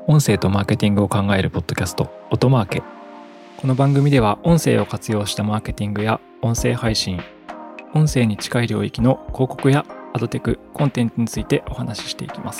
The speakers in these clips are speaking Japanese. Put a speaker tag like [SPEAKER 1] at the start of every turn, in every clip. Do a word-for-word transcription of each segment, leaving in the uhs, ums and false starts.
[SPEAKER 1] 音声とマーケティングを考えるポッドキャスト音マーケ。この番組では音声を活用したマーケティングや音声配信、音声に近い領域の広告やアドテク、コンテンツについてお話ししていきます。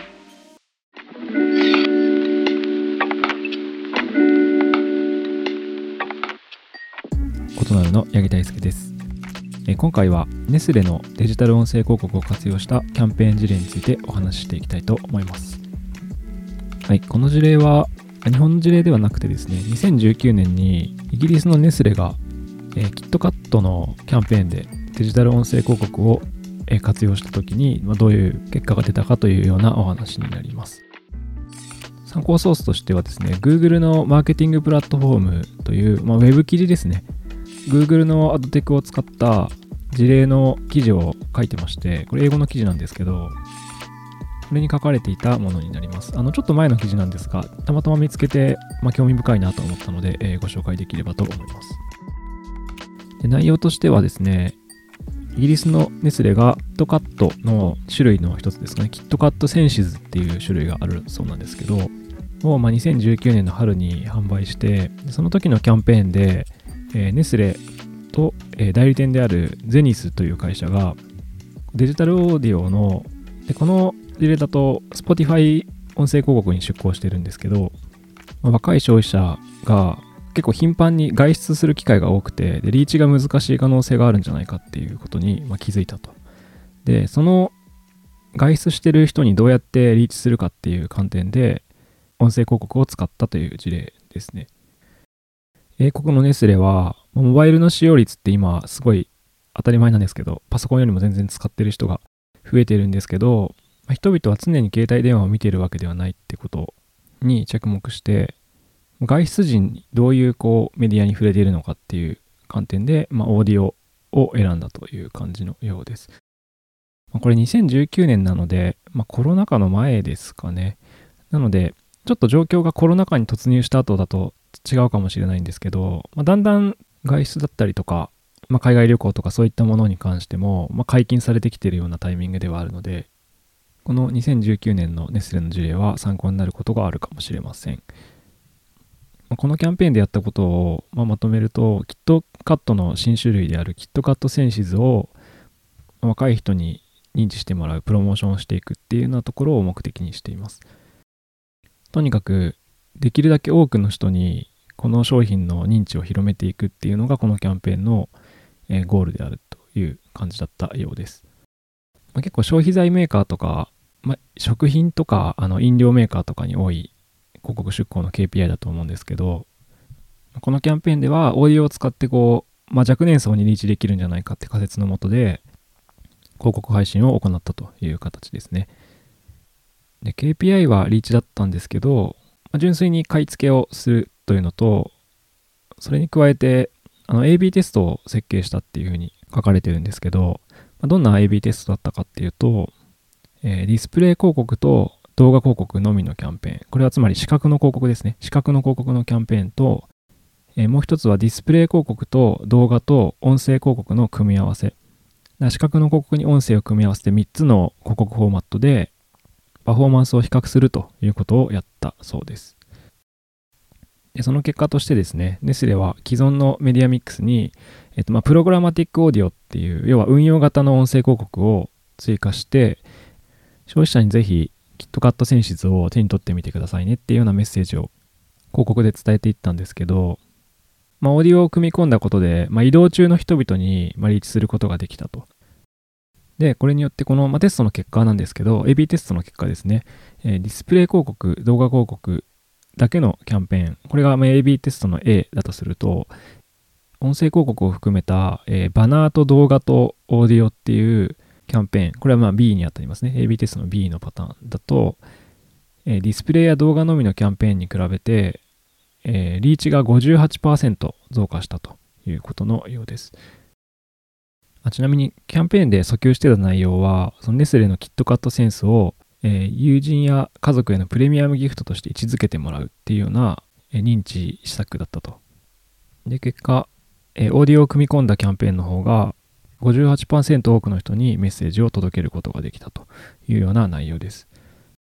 [SPEAKER 1] 異なるの八木大輔です。え今回はネスレのデジタル音声広告を活用したキャンペーン事例についてお話ししていきたいと思います。はい、この事例は日本の事例ではなくてですね、にせんじゅうきゅうねんにイギリスのネスレが、えー、キットカットのキャンペーンでデジタル音声広告を、えー、活用したときに、まあ、どういう結果が出たかというようなお話になります。参考ソースとしてはですね、Google のマーケティングプラットフォームという、まあ、ウェブ記事ですね。Google のアドテクを使った事例の記事を書いてまして、これ英語の記事なんですけど、これに書かれていたものになります。あのちょっと前の記事なんですが、たまたま見つけて、まあ、興味深いなと思ったので、えー、ご紹介できればと思います。で、内容としてはですね、イギリスのネスレがキットカットの種類の一つですかね、キットカットセンシズっていう種類があるそうなんですけど、を、まあ、にせんじゅうきゅうねんの春に販売して、その時のキャンペーンで、えー、ネスレと、えー、代理店であるゼニスという会社がデジタルオーディオのでこの事例だと Spotify 音声広告に出向してるんですけど、まあ、若い消費者が結構頻繁に外出する機会が多くて、でリーチが難しい可能性があるんじゃないかっていうことに、まあ、気づいたと。でその外出してる人にどうやってリーチするかっていう観点で音声広告を使ったという事例ですね。英国のネスレはモバイルの使用率って今すごい当たり前なんですけど、パソコンよりも全然使ってる人が増えてるんですけど、まあ、人々は常に携帯電話を見ているわけではないってことに着目して、外出時にどういうこうメディアに触れているのかっていう観点で、まあ、オーディオを選んだという感じのようです。まあ、これにせんじゅうきゅうねんなので、まあ、コロナ禍の前ですかね。なのでちょっと状況がコロナ禍に突入した後だと違うかもしれないんですけど、まあ、だんだん外出だったりとか、まあ、海外旅行とかそういったものに関しても、まあ、解禁されてきているようなタイミングではあるので、このにせんじゅうきゅうねんのネスレの事例は参考になることがあるかもしれません。まあ、このキャンペーンでやったことを、まあ、まとめると、キットカットの新種類であるキットカットセンシズを若い人に認知してもらうプロモーションをしていくっていうようなところを目的にしています。とにかくできるだけ多くの人にこの商品の認知を広めていくっていうのがこのキャンペーンのゴールであるという感じだったようです。まあ、結構消費財メーカーとか、まあ、食品とかあの飲料メーカーとかに多い広告出稿の ケーピーアイ だと思うんですけど、このキャンペーンではオーディオを使ってこう、まあ、若年層にリーチできるんじゃないかって仮説のもとで広告配信を行ったという形ですね。で ケーピーアイ はリーチだったんですけど、まあ、純粋に買い付けをするというのと、それに加えてあの エービー テストを設計したっていうふうに書かれてるんですけど、まあ、どんな エービー テストだったかっていうと、えー、ディスプレイ広告と動画広告のみのキャンペーン、これはつまり視覚の広告ですね。視覚の広告のキャンペーンと、えー、もう一つはディスプレイ広告と動画と音声広告の組み合わせ。視覚の広告に音声を組み合わせてみっつの広告フォーマットでパフォーマンスを比較するということをやったそうです。でその結果としてですね、ネスレは既存のメディアミックスに、えっと、まあプログラマティックオーディオっていう、要は運用型の音声広告を追加して、消費者にぜひキットカットセンシズを手に取ってみてくださいねっていうようなメッセージを広告で伝えていったんですけど、まあ、オーディオを組み込んだことで、まあ、移動中の人々にリーチすることができたと。で、これによってこの、まあ、テストの結果なんですけど、エービー テストの結果ですね、えー、ディスプレイ広告、動画広告だけのキャンペーン、これが エービー テストの A だとすると、音声広告を含めた、えー、バナーと動画とオーディオっていうキャンペーン、これはまあ B に当たりますね。エービー テストの B のパターンだと、えー、ディスプレイや動画のみのキャンペーンに比べて、えー、リーチが ごじゅうはちパーセント 増加したということのようです。あちなみにキャンペーンで訴求してた内容は、そのネスレのキットカットセンスを、えー、友人や家族へのプレミアムギフトとして位置づけてもらうっていうような、えー、認知施策だったと。で、結果、えー、オーディオを組み込んだキャンペーンの方が ごじゅうはちパーセント 多くの人にメッセージを届けることができたというような内容です。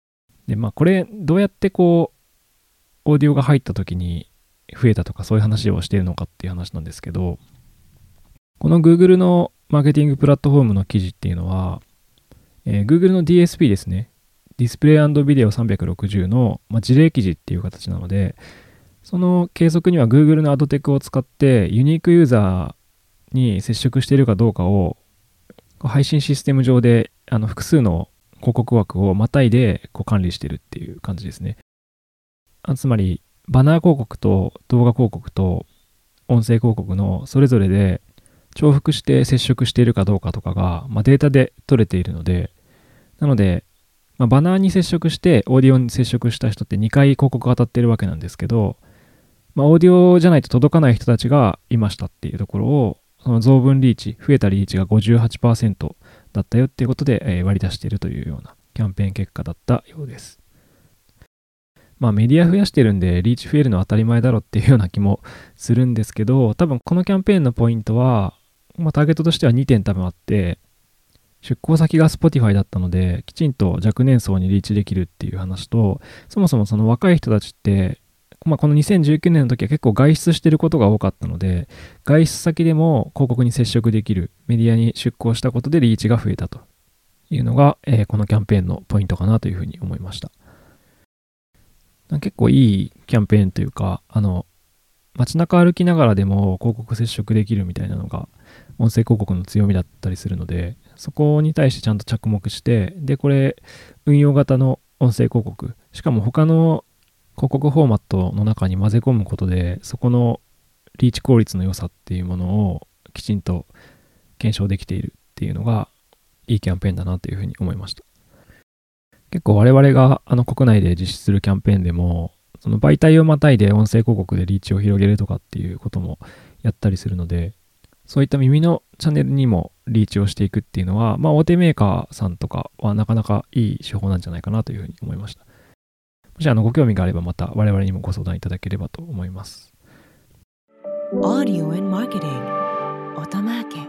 [SPEAKER 1] で、まあこれどうやってこう、オーディオが入った時に増えたとかそういう話をしているのかっていう話なんですけど、この Google のマーケティングプラットフォームの記事っていうのは、えー、Google の ディーエスピー ですね。ディスプレイ&ビデオさんびゃくろくじゅうの、まあ、事例記事っていう形なので、その計測には Google のアドテクを使ってユニークユーザーに接触しているかどうかを配信システム上であの複数の広告枠をまたいでこう管理しているっていう感じですね。あつまりバナー広告と動画広告と音声広告のそれぞれで重複して接触しているかどうかとかが、まあ、データで取れているので、なので、まあ、バナーに接触してオーディオに接触した人ってにかい広告が当たってるわけなんですけど、まあ、オーディオじゃないと届かない人たちがいましたっていうところを、その増分リーチ、増えたリーチが ごじゅうはちパーセント だったよっていうことで、えー、割り出しているというようなキャンペーン結果だったようです。まあメディア増やしてるんでリーチ増えるのは当たり前だろっていうような気もするんですけど、多分このキャンペーンのポイントは、まあ、ターゲットとしてはにてん多分あって、出向先が Spotify だったので、きちんと若年層にリーチできるっていう話と、そもそもその若い人たちって、まあ、このにせんじゅうきゅうねんの時は結構外出してることが多かったので、外出先でも広告に接触できるメディアに出向したことでリーチが増えたというのが、えー、このキャンペーンのポイントかなというふうに思いました。結構いいキャンペーンというか、あの、街中歩きながらでも広告接触できるみたいなのが音声広告の強みだったりするので、そこに対してちゃんと着目して、で、これ、運用型の音声広告、しかも他の広告フォーマットの中に混ぜ込むことで、そこのリーチ効率の良さっていうものをきちんと検証できているっていうのがいいキャンペーンだなというふうに思いました。結構我々があの国内で実施するキャンペーンでも、その媒体をまたいで音声広告でリーチを広げるとかっていうこともやったりするので、そういった耳のチャンネルにもリーチをしていくっていうのは、まあ大手メーカーさんとかはなかなかいい手法なんじゃないかなというふうに思いました。もしあのご興味があればまた我々にもご相談いただければと思います。
[SPEAKER 2] Audio and Marketing Automatic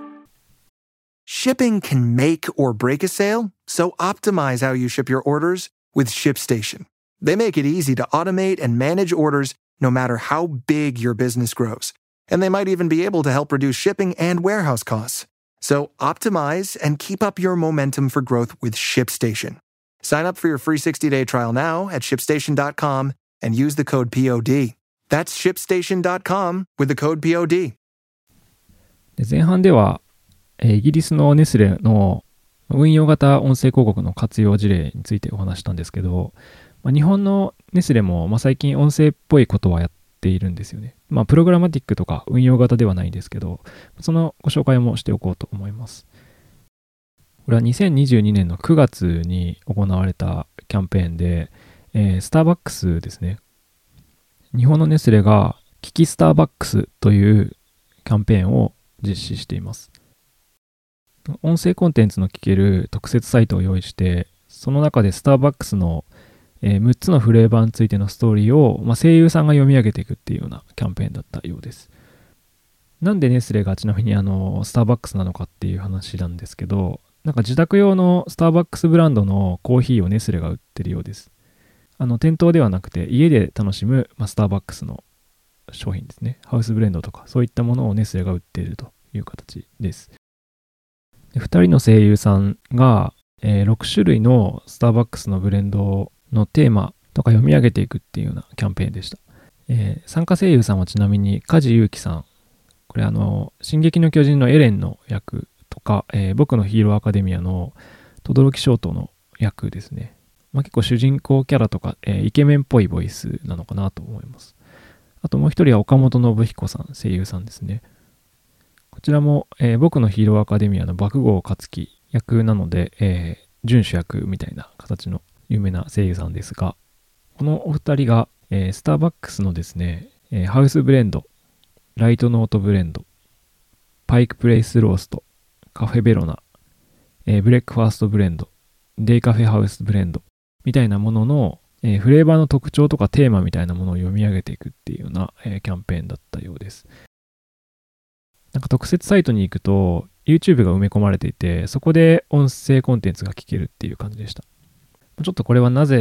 [SPEAKER 3] Shipping can make or break a sale, so optimize how you ship your orders with ShipStation. They make it easy to automate and manage orders no matter how big your business grows. And they might even be able to help reduce shipping and warehouse costs. So optimize and keep up your momentum for growth with ShipStation. Sign up for your free sixty-day trial now at ship station dot com and use the code P O D. That's ship station dot com with the code P O D.
[SPEAKER 1] で前半では、えーイギリスのネスレの運用型音声広告の活用事例についてお話したんですけど、まあ、日本のネスレも、まあ、最近音声っぽいことはやっているんですよね。まあ、プログラマティックとか運用型ではないんですけど、そのご紹介もしておこうと思います。これはにせんにじゅうにねんのくがつに行われたキャンペーンで、えースターバックスですね。日本のネスレが聞きスターバックスというキャンペーンを実施しています。音声コンテンツの聞ける特設サイトを用意して、その中でスターバックスのえーむっつのフレーバーについてのストーリーを、まあ、声優さんが読み上げていくっていうようなキャンペーンだったようです。なんでネスレがちなみにあのスターバックスなのかっていう話なんですけど、なんか自宅用のスターバックスブランドのコーヒーをネスレが売ってるようです。あの店頭ではなくて家で楽しむ、まあ、スターバックスの商品ですね。ハウスブレンドとかそういったものをネスレが売っているという形です。でふたりの声優さんが、えーろくしゅるいのスターバックスのブレンドのテーマとか読み上げていくっていうようなキャンペーンでした。えー参加声優さんはちなみに梶裕貴さん。これあの、進撃の巨人のエレンの役とか、えー僕のヒーローアカデミアの轟翔太の役ですね。まあ、結構主人公キャラとか、えーイケメンっぽいボイスなのかなと思います。あともう一人は岡本信彦さん、声優さんですね。こちらも、えー僕のヒーローアカデミアの爆豪勝樹役なので、えー準主役みたいな形の有名な声優さんですが、このお二人が、えースターバックスのですね、えーハウスブレンド、ライトノートブレンド、パイクプレイスロースト、カフェベロナ、えーブレックファーストブレンド、デイカフェハウスブレンドみたいなものの、えーフレーバーの特徴とかテーマみたいなものを読み上げていくっていうような、えーキャンペーンだったようです。なんか特設サイトに行くと YouTube が埋め込まれていて、そこで音声コンテンツが聞けるっていう感じでした。ちょっとこれはなぜ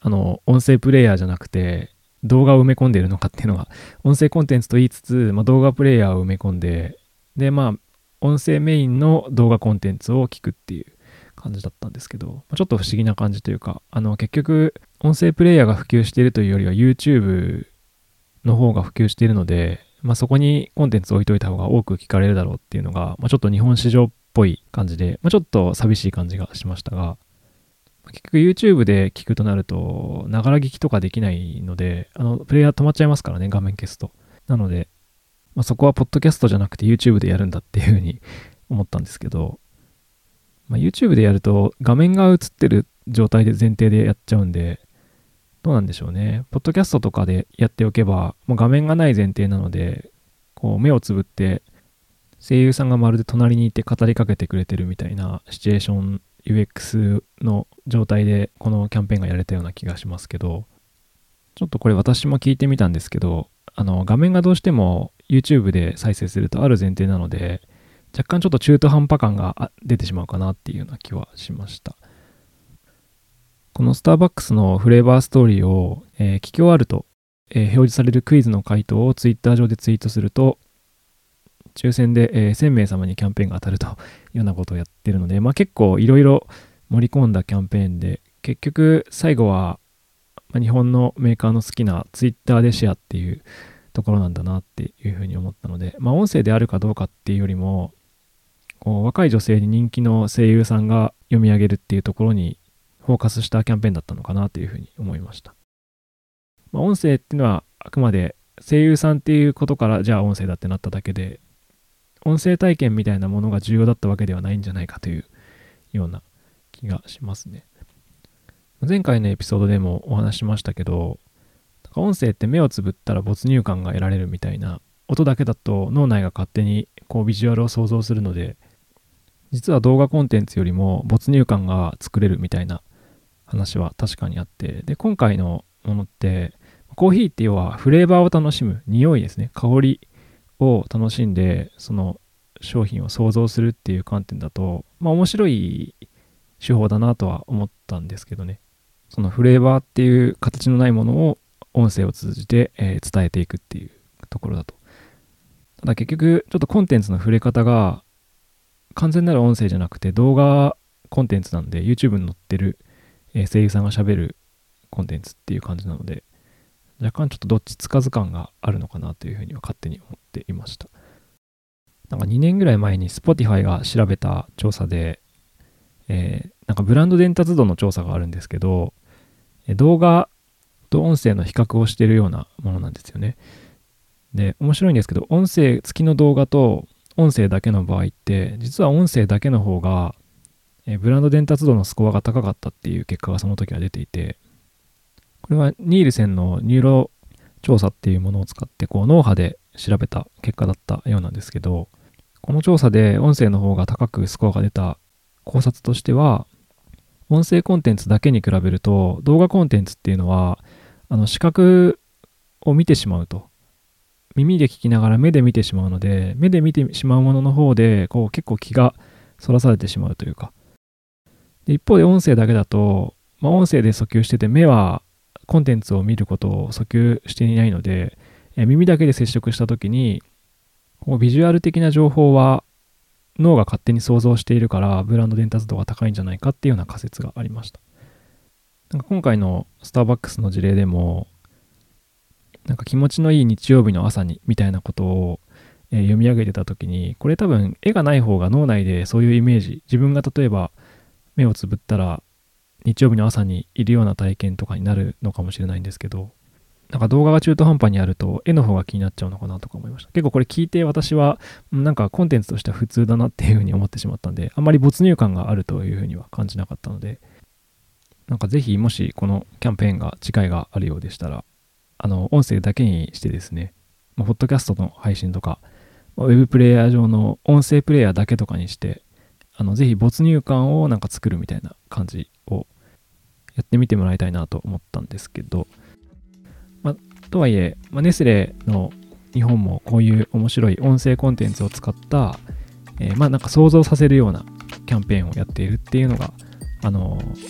[SPEAKER 1] あの音声プレイヤーじゃなくて動画を埋め込んでいるのかっていうのが、音声コンテンツと言いつつ、まあ、動画プレイヤーを埋め込んで、でまあ音声メインの動画コンテンツを聞くっていう感じだったんですけど、まあ、ちょっと不思議な感じというか、あの結局音声プレイヤーが普及しているというよりは YouTube の方が普及しているので、まあ、そこにコンテンツを置いといた方が多く聞かれるだろうっていうのが、まあ、ちょっと日本市場っぽい感じで、まあ、ちょっと寂しい感じがしましたが、結局 YouTube で聞くとなるとながら聞きとかできないので、あのプレイヤー止まっちゃいますからね、画面消すと。なので、まあ、そこはポッドキャストじゃなくて YouTube でやるんだっていうふうに思ったんですけど、まあ、YouTube でやると画面が映ってる状態で前提でやっちゃうんで、どうなんでしょうね。ポッドキャストとかでやっておけば、もう画面がない前提なので、こう目をつぶって声優さんがまるで隣にいて語りかけてくれてるみたいなシチュエーション ユーエックス の状態でこのキャンペーンがやれたような気がしますけど、ちょっとこれ私も聞いてみたんですけど、あの画面がどうしても YouTube で再生するとある前提なので、若干ちょっと中途半端感が出てしまうかなっていうような気はしました。このスターバックスのフレーバーストーリーを、えー、聞き終わると、えー、表示されるクイズの回答をツイッター上でツイートすると、抽選で、えー、せんめい様にキャンペーンが当たるというようなことをやってるので、まあ、結構いろいろ盛り込んだキャンペーンで、結局最後は、まあ、日本のメーカーの好きなツイッターでシェアっていうところなんだなっていうふうに思ったので、まあ、音声であるかどうかっていうよりも、こう若い女性に人気の声優さんが読み上げるっていうところにフォーカスしたキャンペーンだったのかなというふうに思いました。まあ、音声っていうのはあくまで声優さんっていうことからじゃあ音声だってなっただけで、音声体験みたいなものが重要だったわけではないんじゃないかというような気がしますね。前回のエピソードでもお話ししましたけど、音声って目をつぶったら没入感が得られるみたいな、音だけだと脳内が勝手にこうビジュアルを想像するので、実は動画コンテンツよりも没入感が作れるみたいな話は確かにあって、で今回のものってコーヒーって要はフレーバーを楽しむ、匂いですね、香りを楽しんでその商品を想像するっていう観点だと、まあ面白い手法だなとは思ったんですけどね。そのフレーバーっていう形のないものを音声を通じて、えー、伝えていくっていうところだと。ただ結局ちょっとコンテンツの触れ方が完全なる音声じゃなくて動画コンテンツなんで、 YouTube に載ってる、えー、声優さんが喋るコンテンツっていう感じなので、若干ちょっとどっちつかず感があるのかなというふうには勝手に思っていました。なんかにねんぐらい前に Spotify が調べた調査で、えー、なんかブランド伝達度の調査があるんですけど、動画と音声の比較をしているようなものなんですよね。で、面白いんですけど、音声付きの動画と音声だけの場合って、実は音声だけの方が、えー、ブランド伝達度のスコアが高かったっていう結果がその時は出ていて、これはニールセンのニューロ調査っていうものを使ってこう脳波で調べた結果だったようなんですけど、この調査で音声の方が高くスコアが出た考察としては、音声コンテンツだけに比べると動画コンテンツっていうのはあの視覚を見てしまうと、耳で聞きながら目で見てしまうので、目で見てしまうものの方でこう結構気がそらされてしまうというか、で一方で音声だけだと、まあ、音声で訴求してて目はコンテンツを見ることを訴求していないので、え耳だけで接触したときにこうビジュアル的な情報は脳が勝手に想像しているからブランド伝達度が高いんじゃないかっていうような仮説がありました。なんか今回のスターバックスの事例でも、なんか気持ちのいい日曜日の朝にみたいなことを、えー、読み上げてたときに、これ多分絵がない方が脳内でそういうイメージ、自分が例えば目をつぶったら日曜日の朝にいるような体験とかになるのかもしれないんですけど、なんか動画が中途半端にあると絵の方が気になっちゃうのかなとか思いました。結構これ聞いて私はなんかコンテンツとしては普通だなっていうふうに思ってしまったんで、あんまり没入感があるというふうには感じなかったので、なんかぜひもしこのキャンペーンが機会があるようでしたら、あの音声だけにしてですね、まあ、ポッドキャストの配信とか、ウェブプレイヤー上の音声プレイヤーだけとかにして、あのぜひ没入感をなんか作るみたいな感じをやってみてもらいたいなと思ったんですけど、まあ、とはいえ、まあ、ネスレの日本もこういう面白い音声コンテンツを使った、えー、まあなんか想像させるようなキャンペーンをやっているっていうのが、あの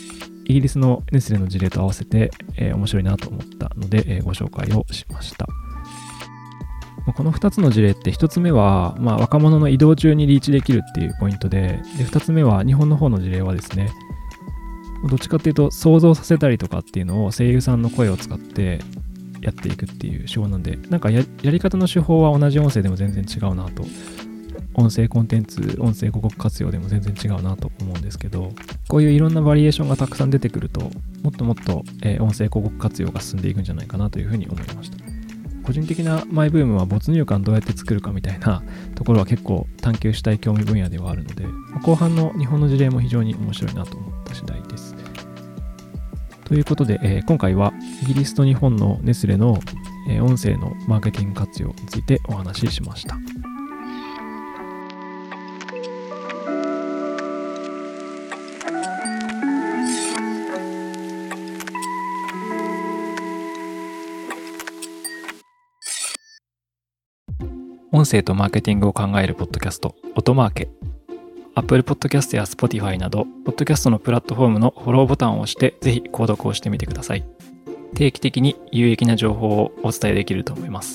[SPEAKER 1] イギリスのネスレの事例と合わせて、えー、面白いなと思ったので、えー、ご紹介をしました。このふたつの事例ってひとつめは、まあ、若者の移動中にリーチできるっていうポイントで、でふたつめは日本の方の事例はですね、どっちかっていうと想像させたりとかっていうのを声優さんの声を使ってやっていくっていう手法なんで、なんか や, やり方の手法は同じ音声でも全然違うなと、音声コンテンツ、音声広告活用でも全然違うなと思うんですけど、こういういろんなバリエーションがたくさん出てくると、もっともっと、えー、音声広告活用が進んでいくんじゃないかなというふうに思いました。個人的なマイブームは没入感どうやって作るかみたいなところは結構探求したい興味分野ではあるので、後半の日本の事例も非常に面白いなと思った次第です。ということで、えー、今回はイギリスと日本のネスレの、えー、音声のマーケティング活用についてお話ししました。音声とマーケティングを考えるポッドキャスト、音マーケ。Apple Podcast や Spotify など、ポッドキャストのプラットフォームのフォローボタンを押して、ぜひ購読をしてみてください。定期的に有益な情報をお伝えできると思います。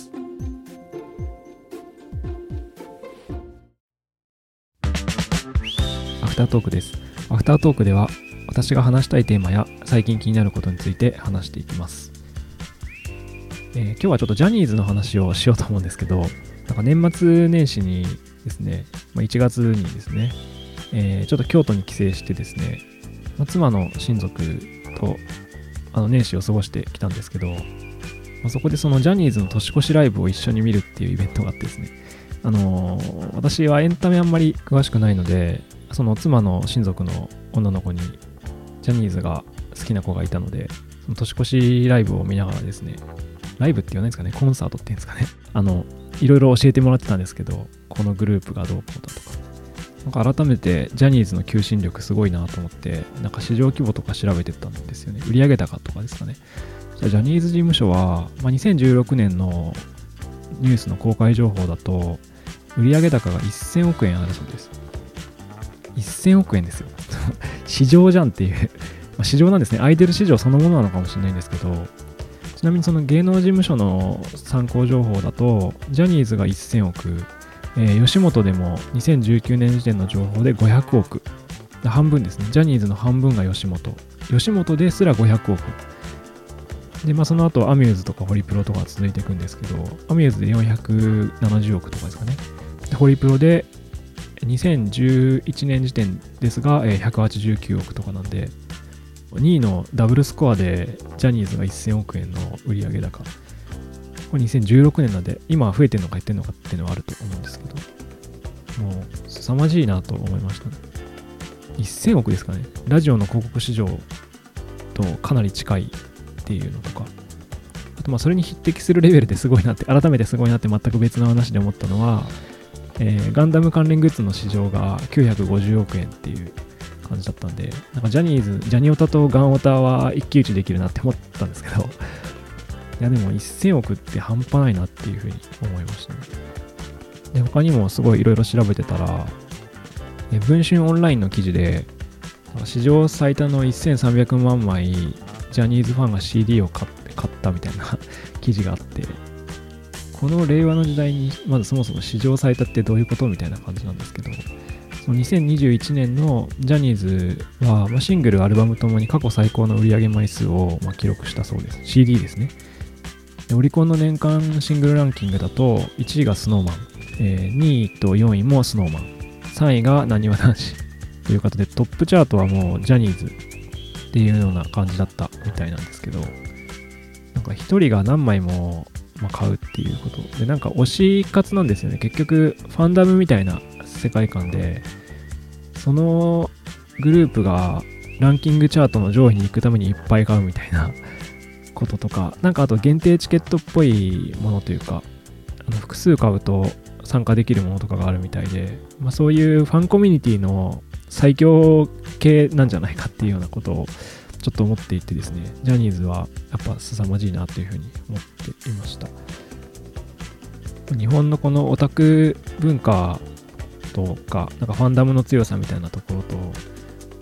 [SPEAKER 1] アフタートークです。アフタートークでは、私が話したいテーマや最近気になることについて話していきます。えー、今日はちょっとジャニーズの話をしようと思うんですけど、なんか年末年始にですね、まあ、いちがつにですね、えー、ちょっと京都に帰省してですね、まあ、妻の親族とあの年始を過ごしてきたんですけど、まあ、そこでそのジャニーズの年越しライブを一緒に見るっていうイベントがあってですね、あのー、私はエンタメあんまり詳しくないので、その妻の親族の女の子にジャニーズが好きな子がいたので、その年越しライブを見ながらですね、ライブって言わないですかね、コンサートって言うんですかね、あのいろいろ教えてもらってたんですけど、このグループがどうこうだとか、なんか改めてジャニーズの求心力すごいなと思って、なんか市場規模とか調べてたんですよね。売上高とかですかね。じゃあジャニーズ事務所は、まあ、にせんじゅうろくねんのニュースの公開情報だと、売上高がせんおくえんあるそうです。せんおくえんですよ。市場じゃんっていう、まあ、市場なんですね。アイドル市場そのものなのかもしれないんですけど、ちなみにその芸能事務所の参考情報だと、ジャニーズがせんおく、えー、吉本でもにせんじゅうきゅうねん時点の情報でごひゃくおく。半分ですね。ジャニーズの半分が吉本。吉本ですらごひゃくおく。で、まあその後アミューズとかホリプロとか続いていくんですけど、アミューズでよんひゃくななじゅうおくとかですかね。でホリプロでにせんじゅういちねん時点ですが、えー、ひゃくはちじゅうきゅうおくとかなんで、にいのダブルスコアでジャニーズがせんおくえんの売上高。これにせんじゅうろくねんなんで、今は増えてるのか減ってるのかっていうのはあると思うんですけど、もう凄まじいなと思いましたね。せんおくですかね。ラジオの広告市場とかなり近いっていうのとか、あとまあそれに匹敵するレベルですごいなって、改めてすごいなって全く別の話で思ったのは、えー、ガンダム関連グッズの市場がきゅうひゃくごじゅうおくえんっていう感じだったんで、なんかジャニーズ、ジャニオタとガンオタは一騎打ちできるなって思ったんですけど、いやでもせんおくって半端ないなっていうふうに思いましたね。で、他にもすごいいろいろ調べてたら、え文春オンラインの記事で、史上最多のせんさんびゃくまんまいジャニーズファンが シーディー を買って買ったみたいな記事があって、この令和の時代にまずそもそも史上最多ってどういうことみたいな感じなんですけど、そのにせんにじゅういちねんのジャニーズは、まあ、シングル、アルバムともに過去最高の売上枚数を、まあ、記録したそうです。シーディー ですね。でオリコンの年間シングルランキングだと、いちいが スノーマン、えー、にいとよんいも スノーマン、さんいがなにわ男子ということで、トップチャートはもうジャニーズっていうような感じだったみたいなんですけど、なんか一人が何枚も、まあ、買うっていうことで、なんか推し活なんですよね。結局ファンダムみたいな世界観で、そのグループがランキングチャートの上位に行くためにいっぱい買うみたいなこととか、なんかあと限定チケットっぽいものというか、あの複数買うと参加できるものとかがあるみたいで、まあ、そういうファンコミュニティの最強系なんじゃないかっていうようなことをちょっと思っていてですね、ジャニーズはやっぱ凄まじいなっていうふうに思っていました。日本のこのオタク文化とか、なんかファンダムの強さみたいなところと、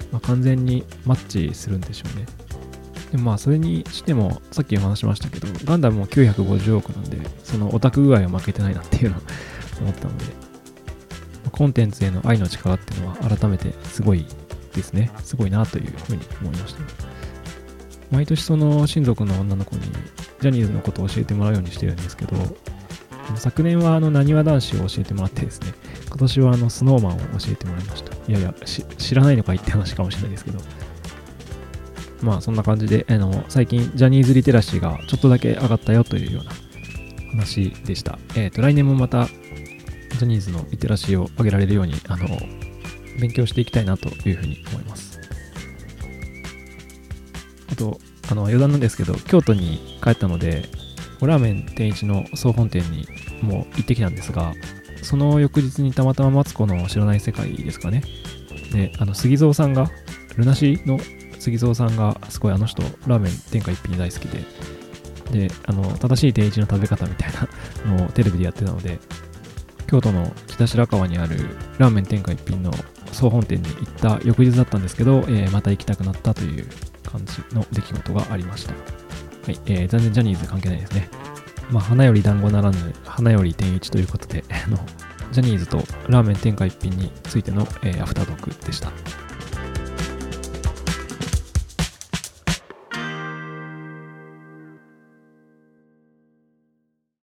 [SPEAKER 1] まあ、完全にマッチするんでしょうね。でもまあそれにしてもさっきお話しましたけど、ガンダムもきゅうひゃくごじゅうおくなんで、そのオタク具合は負けてないなっていうのを思ったので、コンテンツへの愛の力っていうのは改めてすごいですね。すごいなというふうに思いました。毎年その親族の女の子にジャニーズのことを教えてもらうようにしてるんですけど、昨年はあのなにわ男子を教えてもらってですね、今年はあのスノーマンを教えてもらいました。いやいや、知らないのかいって話かもしれないですけど、まあそんな感じで、あの最近ジャニーズリテラシーがちょっとだけ上がったよというような話でした。えっと来年もまたジャニーズのリテラシーを上げられるようにあの勉強していきたいなというふうに思います。あとあの余談なんですけど、京都に帰ったのでラーメン天一の総本店にもう行ってきたんですが、その翌日にたまたまマツコの知らない世界ですかね。で、あの杉蔵さんがルナシーの杉蔵さんがすごいあの人ラーメン天下一品大好きで、であの正しい天一の食べ方みたいなのをテレビでやってたので、京都の北白川にあるラーメン天下一品の総本店に行った翌日だったんですけど、えー、また行きたくなったという感じの出来事がありました。はい、えー、全然ジャニーズ関係ないですね。まあ花より団子ならぬ花より天一ということで、あのジャニーズとラーメン天下一品についての、えー、アフタートークでした。